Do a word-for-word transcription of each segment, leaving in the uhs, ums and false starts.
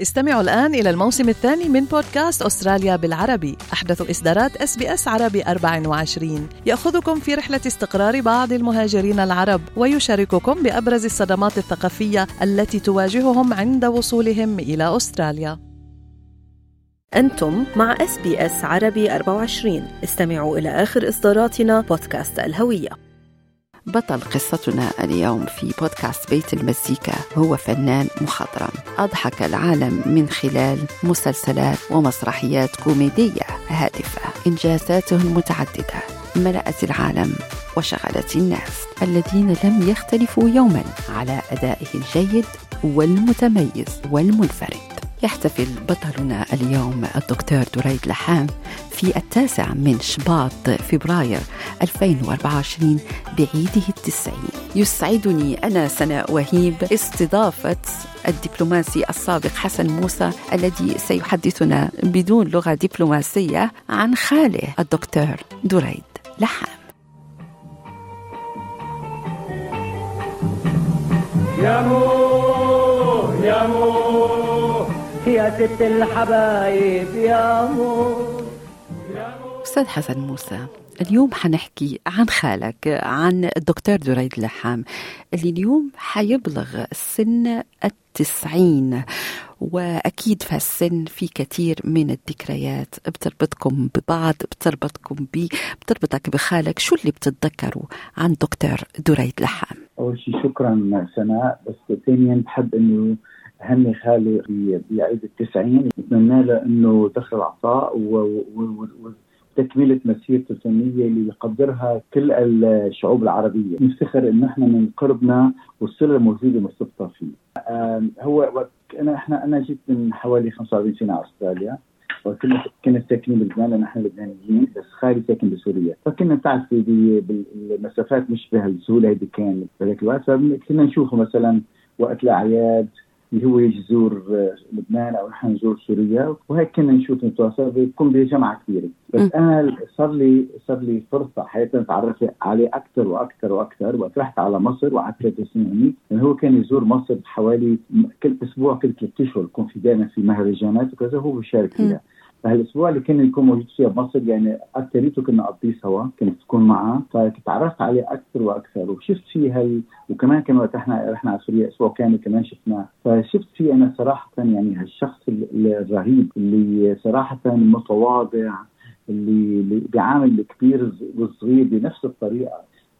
استمعوا الآن إلى الموسم الثاني من بودكاست أستراليا بالعربي، أحدث إصدارات إس بي إس عربي أربعة وعشرين، يأخذكم في رحلة استقرار بعض المهاجرين العرب ويشارككم بأبرز الصدمات الثقافية التي تواجههم عند وصولهم إلى أستراليا. أنتم مع إس بي إس عربي أربعة وعشرين. استمعوا إلى آخر إصداراتنا بودكاست الهوية. بطل قصتنا اليوم في بودكاست بيت المزيكا هو فنان مخضرم أضحك العالم من خلال مسلسلات ومسرحيات كوميدية هادفة. إنجازاته المتعددة ملأت العالم وشغلت الناس الذين لم يختلفوا يوما على أدائه الجيد والمتميز والمنفرد. يحتفل بطلنا اليوم الدكتور دريد لحام في التاسع من شباط فبراير ألفين وأربعة وعشرين بعيده التسعين. يسعدني أنا سناء وهيب استضافة الدبلوماسي السابق حسن موسى الذي سيحدثنا بدون لغة دبلوماسية عن خاله الدكتور دريد لحام. يا مو يا مو يا ست الحبايب يا مو. أستاذ حسن موسى، اليوم حنحكي عن خالك، عن الدكتور دريد لحام اللي اليوم حيبلغ سن التسعين، وأكيد في السن في كثير من الذكريات بتربطكم ببعض، بتربطكم بي بتربطك بخالك. شو اللي بتتذكروا عن دكتور دريد لحام؟ أول شيء شكرا سناء، بس ثانيا بحب إنه هني خالي بعيد التسعين، نتمنى له إنه دخل العطاء وتكملة مسيرته الفنية اللي يقدرها كل الشعوب العربية. نفتخر إن إحنا من قربنا والصلة الموجودة مرتبطة فيه. هو أنا إحنا أنا جيت من حوالي خمسة وأربعين سنة على أستراليا، وكنا كنا ساكنين بلبنان لأن إحنا لبنانيين، بس خالي ساكن بسوريا، فكنا نتعرف بالمسافات مش بهالسهولة هذه كانت بهذاك الوقت. كنا نشوفه مثلا وقت الأعياد اللي هو يجي يزور لبنان أو نحن نزور سوريا، وهيك كنا نشوف نتواصل بيكون بجماعة كبيرة. بس أنا صار لي صار لي فرصة حقيقة أتعرف عليه أكثر وأكثر وأكثر، وقت رحت على مصر وقعدت ثلاث سنين هناك. هو كان يزور مصر حوالي كل أسبوع كل ثلاث أشهر، يكون في دائما في مهرجانات وكذا هو بيشارك فيها. فهالأسبوع اللي كان يكون موجود فيها بمصر يعني أكثريته كنا نقضيه سوا، كنت تكون معه، فتعرفت عليه أكثر وأكثر وشفت فيه هال وكمان كمان وقت احنا رحنا على سوريا أسبوع كامل كمان شفناه، فشفت فيه أنا صراحة يعني هالشخص الرهيب اللي صراحة متواضع، اللي بيعامل كبير والصغير بنفس الطريقة،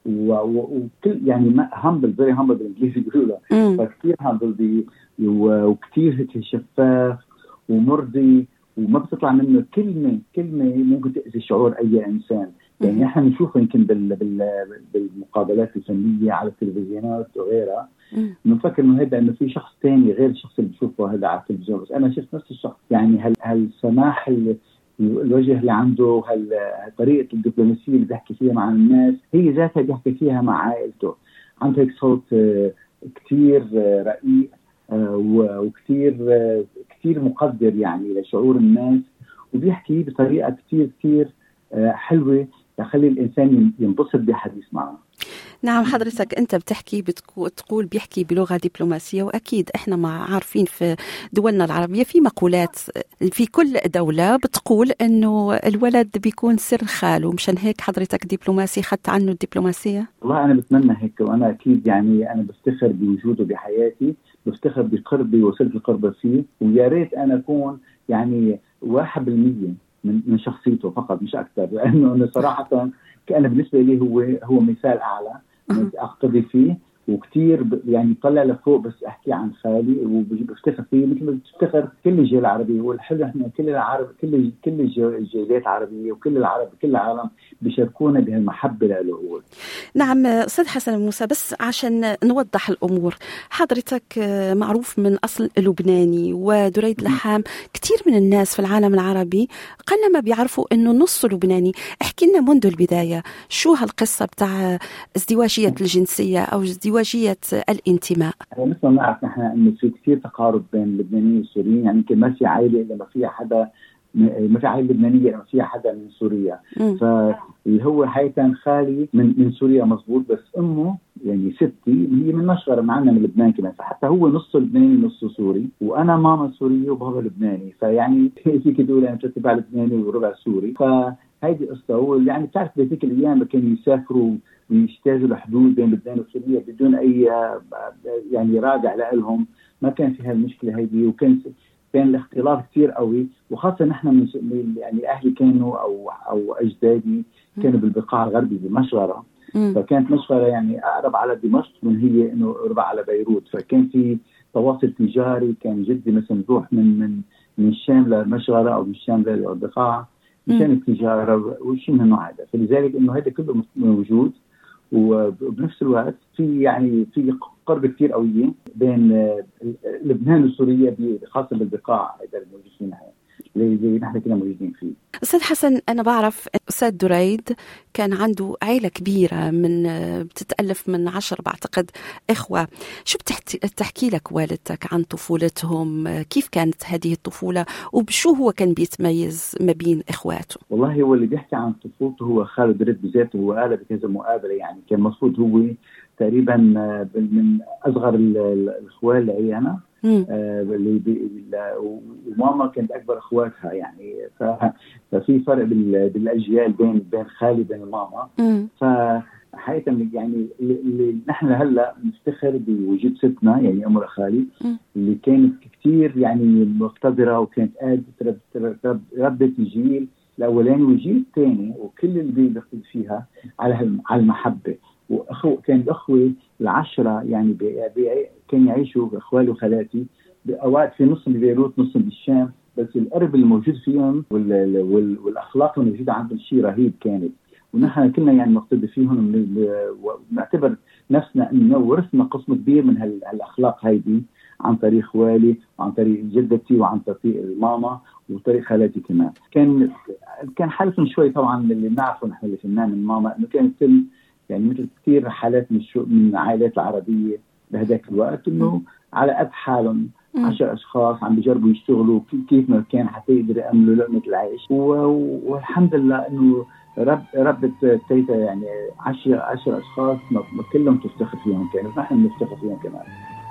وكل يعني humble very humble بالإنجليزي بيقولوا، فكتير humble وكتير شفاف ومرضي، وما بتطلع منه كلمة كلمة ممكن تأذي شعور أي إنسان. يعني إحنا نشوف يمكن بال بال بالمقابلات الفنية على التلفزيونات وغيرها نفكر إنه هذا إنه في شخص تاني غير الشخص اللي بشوفه هذا على التلفزيون، بس أنا شفت نفس الشخص. يعني هال هالسماح الوجه اللي عنده، هالطريقة الدبلوماسية اللي بيحكي فيها مع الناس، هي ذاتها بيحكي فيها مع عائلته. عنده هيك صوت كتير رقيق وكتير كتير مقدر يعني لشعور الناس، وبيحكي بطريقة كتير كتير حلوة تخلي الإنسان ينبسط بحديث معه. نعم، حضرتك أنت بتحكي بتقول بيحكي بلغة دبلوماسية، وأكيد إحنا ما عارفين في دولنا العربية في مقولات في كل دولة بتقول إنه الولد بيكون سر خاله، مشان هيك حضرتك دبلوماسي خدت عنه الدبلوماسية. والله أنا بتمنى هيك، وأنا أكيد يعني أنا بفتخر بوجوده بحياتي، بفتخر بقربي وصلت القرب فيه، ويا ريت أنا أكون يعني واحد بالمية من من شخصيته فقط مش أكثر، لأنه أنا صراحة كأنا بالنسبة لي هو هو مثال أعلى أقتدي فيه، وكتير يعني طلع لفوق. بس أحكي عن خالي وبفتخر فيه مثل ما بتفتخر كل الجالية العربية، والحلو إحنا كل العرب كل كل الجاليات العربية وكل العرب كل العالم بيشاركونا بهالمحبة له هو. نعم أستاذ حسن موسى، بس عشان نوضح الأمور، حضرتك معروف من أصل لبناني، ودريد لحام كتير من الناس في العالم العربي قلما بيعرفوا إنه نص لبناني. احكي لنا منذ البداية شو هالقصة بتاع ازدواجية الجنسية أو ازدواجية الانتماء؟ مثل ما نعرف نحن إنه في كتير تقارب بين اللبنانيين والسوريين، يعني يمكن ما في عائلة إلا ما فيها حدا ما في عائلة لبنانية، ما في حدا من سوريا. فاللي هو حقيقة خالي من من سوريا مزبوط، بس أمه يعني ستي هي من مشغرة معنا من لبنان كمان، فحتى هو نص لبناني نص سوري، وأنا ماما سورية وبابا لبناني، فيعني فيك تقول أنا تبع لبناني وربع سوري. فهيدي قصة. يعني بتعرف بهذيك الأيام كانوا يسافروا ويجتازوا الحدود بين لبنان وسوريا بدون أي يعني رادع لهم، ما كان في هالمشكلة هيدي، وكان كان الاختلاط كتير قوي، وخاصة نحن من يعني أهلي كانوا أو أو أجدادي كانوا بالبقاع الغربي بمشغرة، فكانت مشغرة يعني أقرب على دمشق من هي إنه قرب على بيروت، فكان في تواصل تجاري. كان جدي مثلا نروح من من من الشام لمشغرة أو من الشام للبقاع مشان التجارة وشيء من النوع هذا. فلذلك إنه هذا كله موجود، وبنفس الوقت في يعني في قرب كتير قوية بين لبنان وسوريا خاصة بالبقاع هذا الموجودين اللي نحن كنا موجودين فيه. أستاذ حسن، أنا بعرف أستاذ دريد كان عنده عائلة كبيرة من بتتألف من عشر بعتقد إخوة. شو بتحكي لك والدتك عن طفولتهم؟ كيف كانت هذه الطفولة وبشو هو كان بيتميز ما بين إخواته؟ والله هو اللي بيحكي عن طفولته هو خالد دريد بذاته، هو قال بكذا مقابلة يعني كان مفروض هو تقريبا من أصغر الإخوة اللي أنا آه وماما كانت أكبر أخواتها يعني، ففي فرق بالأجيال بين بين خالي بين ماما. فحقيقة يعني اللي نحن هلا نفتخر بوجود ستنا يعني أم خالي اللي كانت كتير يعني مقتدرة، وكانت قادرة ربت الجيل الأولاني والجيل الثاني، وكل اللي بيقتد فيها على على المحبة. وأخو كان الأخوة العشرة يعني بي بي كان يعيشوا أخوالي وخالاتي بأوقات في نص ببيروت نص بالشام، بس القرب الموجود فيهم وال وال والأخلاق الموجودة عندهم شيء رهيب كانت، ونحن كنا يعني نقتدي فيهم ونعتبر نفسنا إنه ورثنا قسم كبير من هالأخلاق هيدي عن طريق خوالي وعن طريق جدتي وعن طريق الماما وطريق خالاتي كمان. كان كان حالتهم شوي طبعا اللي بنعرفه نحن اللي فينا من ماما إنه كانت كل يعني مثل كثير حالات من شو من العائلات العربية بهذاك الوقت إنه على قد حالهم عشر أشخاص عم بيجربوا يشتغلوا كيف ما كان حتى يقدروا يأملوا لقمة العيش، والحمد لله إنه رب ربت تيتا يعني عشر عشر أشخاص ما كلهم تفتخر فيهم، كانوا نحن نفتخر فيهم كمان.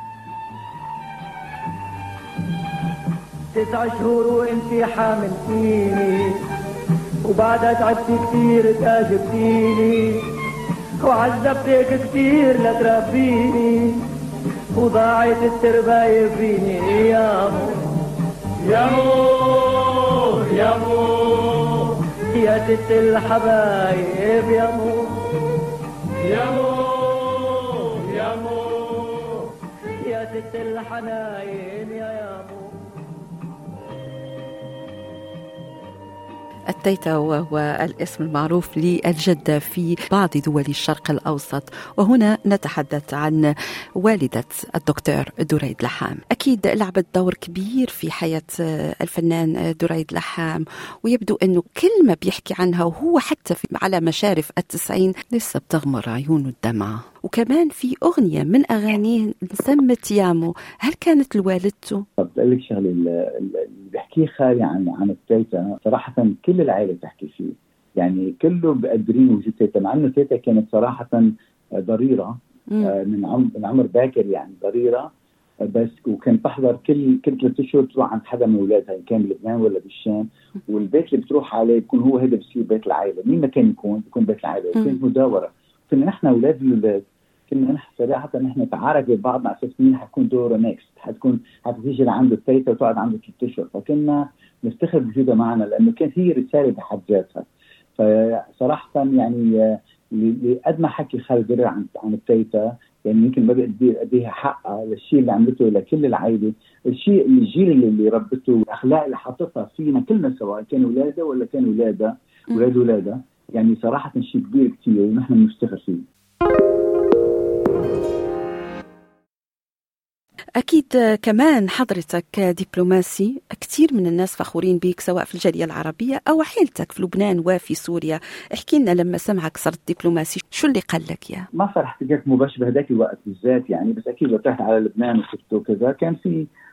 تسع شهور وانتي حامل فيني، وبعدها تعبتي كتير تاجبتيني، وعذبتك كتير لتربيني، وضاعت الترباية فيني يا مو يا مو يا مو يا ست الحبايب يا مو يا مو يا مو يا ست الحنايم يا يا مو. التيتا وهو الاسم المعروف للجدة في بعض دول الشرق الأوسط، وهنا نتحدث عن والدة الدكتور دريد لحام. أكيد لعبت دور كبير في حياة الفنان دريد لحام، ويبدو أنه كل ما بيحكي عنها وهو حتى على مشارف التسعين لسه بتغمر عيونه الدمعة. وكمان في أغنية من أغانيه سمت يامو، هل كانت لوالدته؟ بقول لك شغله اللي بحكيه خالي عن عن التيتا صراحة كل العائلة تحكي فيه، يعني كله بقدرين وجود تيتا، مع إنه تيتا كانت صراحة ضريرة من عمر من عمر باكر يعني ضريرة، بس وكان تحضر كل كل ثلاث اشهر تروح عند حدا من اولادها ان كان بلبنان ولا بالشام، والبيت اللي بتروح عليه بيكون هو هذا بصير بيت العائله، مين ما كان يكون بيكون بيت العائله، وكانت مداوره. كنا نحن اولاد الاولاد كنا نحن صراحه نحن نتعارك ببعض على اساس مين حتكون دوره نيكست، حتكون حتيجي لعنده التيتا وتقعد عنده ثلاث اشهر، فكنا نفتخر بوجودها معنا لانه كانت هي رساله بحد ذاتها. فصراحه يعني لقد ما حكي خالد دريد عن عن التيتا يعني يمكن ما بقدر أديها حقها للشيء اللي عملته لكل العائلة، الشيء الجيل اللي, اللي ربته، الأخلاق اللي حطتها فينا كلنا سواء كانوا أولادها ولا كانوا أولادها أولاد أولادها، يعني صراحة شيء كبير كتير ونحن بنفتخر فيه. أكيد كمان حضرتك دبلوماسي، كتير من الناس فخورين بيك سواء في الجالية العربية أو عائلتك في لبنان وفي سوريا. احكي لنا لما سمعك صرت دبلوماسي شو اللي قال لك يا؟ ما صار احتكاك مباشر بهداك الوقت بالذات يعني، بس أكيد وقتها على لبنان وكذا كان في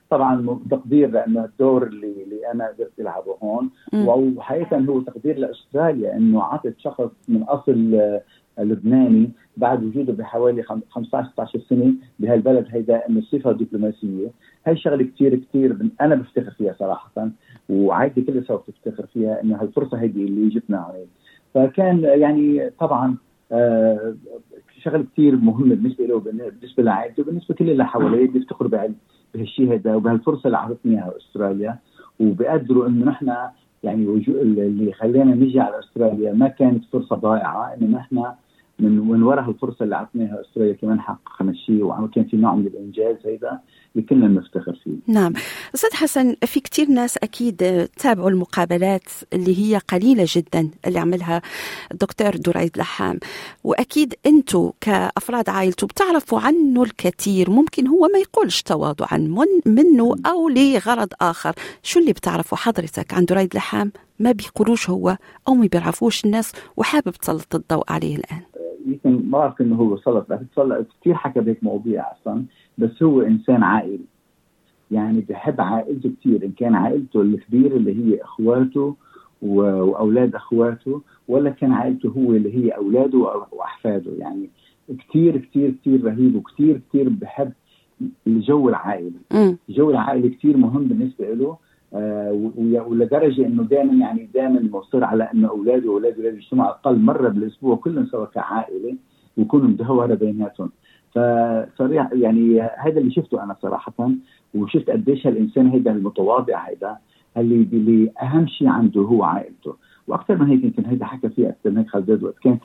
طبعا تقدير لأنه الدور اللي, اللي أنا قدرت ألعبه هون، وحقيقة هو تقدير لأستراليا إنه عطت شخص من أصل لبناني بعد وجوده بحوالي خمسة عشر ستة عشر سنة بهالبلد هيدا إنه صفة دبلوماسية. هاي شغلة كتير كتير أنا بفتخر فيها صراحة، وعائلتي كلها سوف تفتخر فيها إنه هالفرصة هيدي اللي جتنا هون. فكان يعني طبعا آه شغل كتير مهمة بالنسبة له، بالنسبة لعائلته، بالنسبة كل اللي حواليه بيفتخروا بهالشيء هذا وبهالفرصة اللي عطتني اياها أستراليا، وبيقدروا إنه نحن يعني اللي خلينا نجي على أستراليا ما كانت فرصة ضائعة، إنه نحن من من وراء الفرصة اللي عطناها أستراليا كمان حققنا شيء، وكان في نوع من الإنجاز هذا اللي كنا نفتخر فيه. نعم أستاذ حسن، في كتير ناس أكيد تابعوا المقابلات اللي هي قليلة جدا اللي عملها الدكتور دريد لحام، وأكيد أنتوا كأفراد عائلته بتعرفوا عنه الكثير، ممكن هو ما يقولش تواضعا من منه أو لغرض آخر. شو اللي بتعرفوا حضرتك عن دريد لحام ما بيقولوش هو أو ما بيعرفوش الناس وحابب تسلط الضوء عليه الآن؟ يمكن ما أعرف إنه هو سلط، بس سلط كتير حكى بهيك مواضيع أصلاً، بس هو إنسان عائلي، يعني بحب عائلته كتير، إن كان عائلته الكبيرة اللي هي إخواته وأولاد أخواته، ولا كان عائلته هو اللي هي أولاده وأحفاده. يعني كتير كتير كتير رهيب، وكتير كتير بحب الجو العائلي. الجو العائلي كتير مهم بالنسبة له، آه ولدرجة إنه دائما يعني دائما مصر على إنه أولاده وأولاده لازم يجتمعوا أقل مرة بالأسبوع كلهم سوا كعائلة ويكونوا مدهورة بيناتهم. فصريح يعني هذا اللي شفته أنا صراحة، وشفت قديش هالإنسان هيدا المتواضع هيدا اللي اللي أهم شيء عنده هو عائلته. وأكثر من هيك يمكن هيدا حكى فيه أكثر من هيك خالد، وقت كانت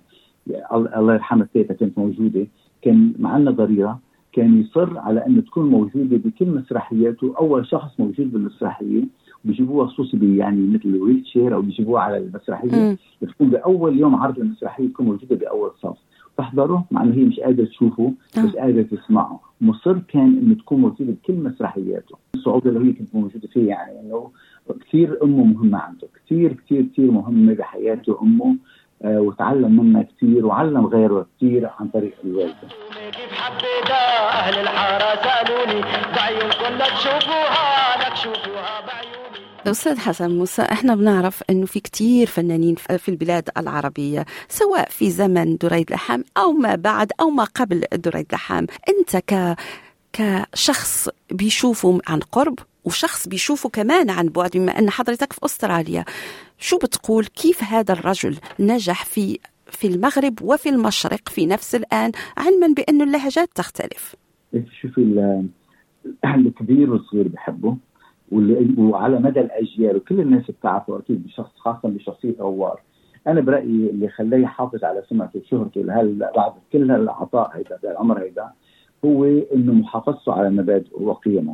الله يرحمه تيتا كانت موجودة، كان معنا ضريرة كان يصر على أن تكون موجودة بكل مسرحياته، أول شخص موجود بالمسرحية بيجيبوها خصوصي يعني مثل الويل شير أو بيجيبوها على المسرحية تكون بأول يوم عرض المسرحية تكون موجودة بأول صف تحضره، مع أنه هي مش قادرة تشوفه بس قادرة تسمعه. مصر كان إنه تكون موجودة بكل مسرحياته. الصعوبة اللي هي كانت موجودة فيه يعني إنه كثير أمه مهمة عنده، كثير كثير كثير مهمة بحياته أمه، آه وتعلم منها كثير وعلم غيره كثير عن طريق الوالدة. كيف حبيتها أهل الحارة سألوني بعيونكم لا تشوفوها لا تشوفوها بعيوني. أستاذ حسن موسى، احنا بنعرف أنه في كتير فنانين في البلاد العربية سواء في زمن دريد لحام أو ما بعد أو ما قبل دريد لحام. أنت ك كشخص بيشوفه عن قرب وشخص بيشوفه كمان عن بعد، بما أن حضرتك في أستراليا، شو بتقول كيف هذا الرجل نجح في في المغرب وفي المشرق في نفس الآن، علما بأن اللهجات تختلف؟ شوفي الكبير والصغير بحبه، وعلى مدى الأجيال وكل الناس بتعرفه أكيد بشخص خاصة بشخصية غوار. أنا برأيي اللي خلاه يحافظ على سمعته وشهرته لهال بعد كل هالعطاء هيدا بالعمر هيدا هو إنه محافظته على مبادئه وقيمه.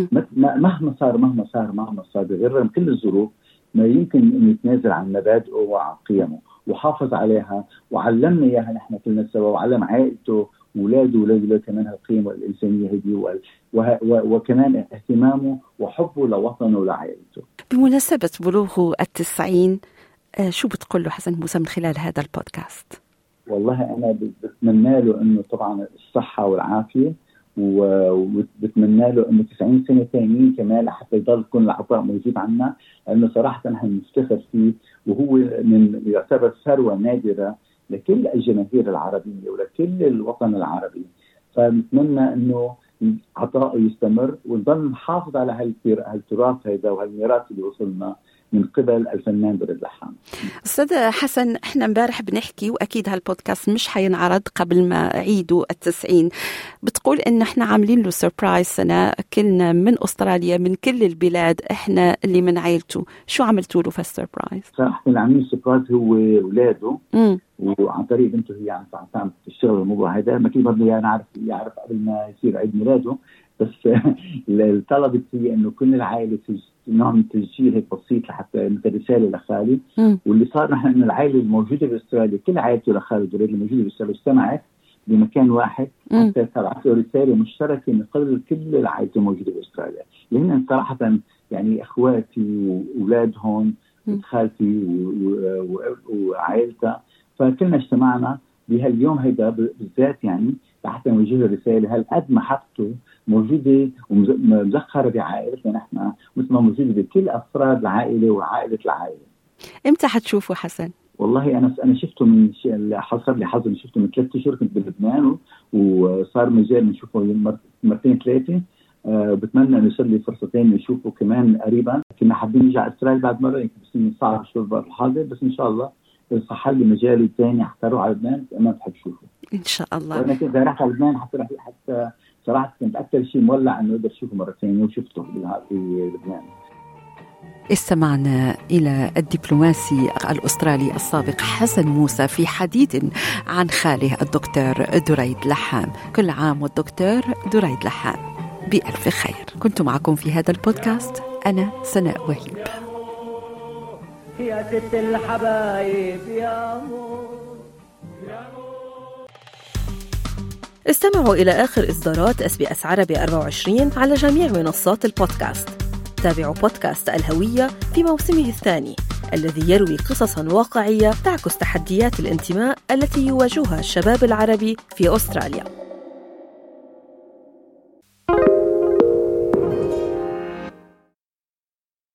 مهما صار مهما صار مهما صار بغير كل الظروف ما يمكن إنه يتنازل عن مبادئه وعن قيمه، وحافظ عليها وعلمنا إياها نحن كلنا سوا، وعلم عائلته وولاده وولاده كمان هالقيمة الإنسانية هذه، وكمان اهتمامه وحبه لوطنه ولعائلته. بمناسبة بلوغه التسعين، شو بتقول له حسن موسى من خلال هذا البودكاست؟ والله أنا بتمنى له إنه طبعا الصحة والعافية، وبتمنى له إنه تسعين سنة ثانيين كمان حتى يضل يكون العطاء موجود عنا، لأنه صراحة نحن نفتخر فيه، وهو من يعتبر ثروة نادرة لكل الجماهير العربية ولكل الوطن العربي. فنتمنى إنه عطاء يستمر ونضل نحافظ على هالتراث هذا وهالميراث اللي وصلنا من قبل الفنان دريد لحام. أستاذ حسن، احنا امبارح بنحكي وأكيد هالبودكاست مش حينعرض قبل ما عيدوا التسعين، بتقول إن احنا عاملين له سيربرايز سنة كلنا من أستراليا من كل البلاد، احنا اللي من عائلته. شو عملتوا له في السيربرايز؟ صراحة اللي عاملين السيربرايز هو ولاده، وعن طريق بنته هي عم تعمل تشتغل الموضوع هذا، ما كل برضه يعرف يعرف قبل ما يصير عيد ميلاده، بس الطلبت هي إنه كل العائلة نوع من التسجيل هيك بسيط لحتى مثل رسالة لخالي. واللي صار نحن إنه العائلة الموجودة باستراليا كل عائلته لخالي دريد الموجودة باستراليا اجتمعت بمكان واحد حتى تبعث له رسالة مشتركة من قبل كل العائلة الموجودة باستراليا، لأن صراحة يعني إخواتي وأولادهم خالتي وعائلتها، فكلنا اجتمعنا بهاليوم هيدا بالذات يعني حتى نوجه له رسالة. هالقد محبته موجودة ومزخرة بعائلتنا نحن، مثل ما موجودة بكل أفراد العائلة وعائلة العائلة. إمتى حتشوفه حسن؟ والله أنا أنا شفته من حصل لي حظ، شفته من ثلاثة أشهر كنت بلبنان، وصار مجال نشوفه مرتين ثلاثة. أه بتمنى إنه يصير لي فرصتين نشوفه كمان قريبا. كنا حابين نرجع إسرائيل بعد مرة، يمكن بس من صعب شوي الحاضر، بس إن شاء الله إذا صح لي مجالي الثاني حتى أروح على لبنان أنا بحب شوفه إن شاء الله. وأنا كنت رايح على لبنان حتى راح حتى صراحة كنت أكثر شيء مولع إنه أقدر أشوفه مرة ثانية، وشفته في لبنان. استمعنا إلى الدبلوماسي الأسترالي السابق حسن موسى في حديث عن خاله الدكتور دريد لحام. كل عام والدكتور دريد لحام بألف خير. كنت معكم في هذا البودكاست أنا سناء وهيب. يا ست الحبايب يا مو. استمعوا إلى آخر إصدارات إس بي إس عربي أربعة وعشرين على جميع منصات البودكاست. تابعوا بودكاست الهوية في موسمه الثاني الذي يروي قصصاً واقعية تعكس تحديات الانتماء التي يواجهها الشباب العربي في أستراليا.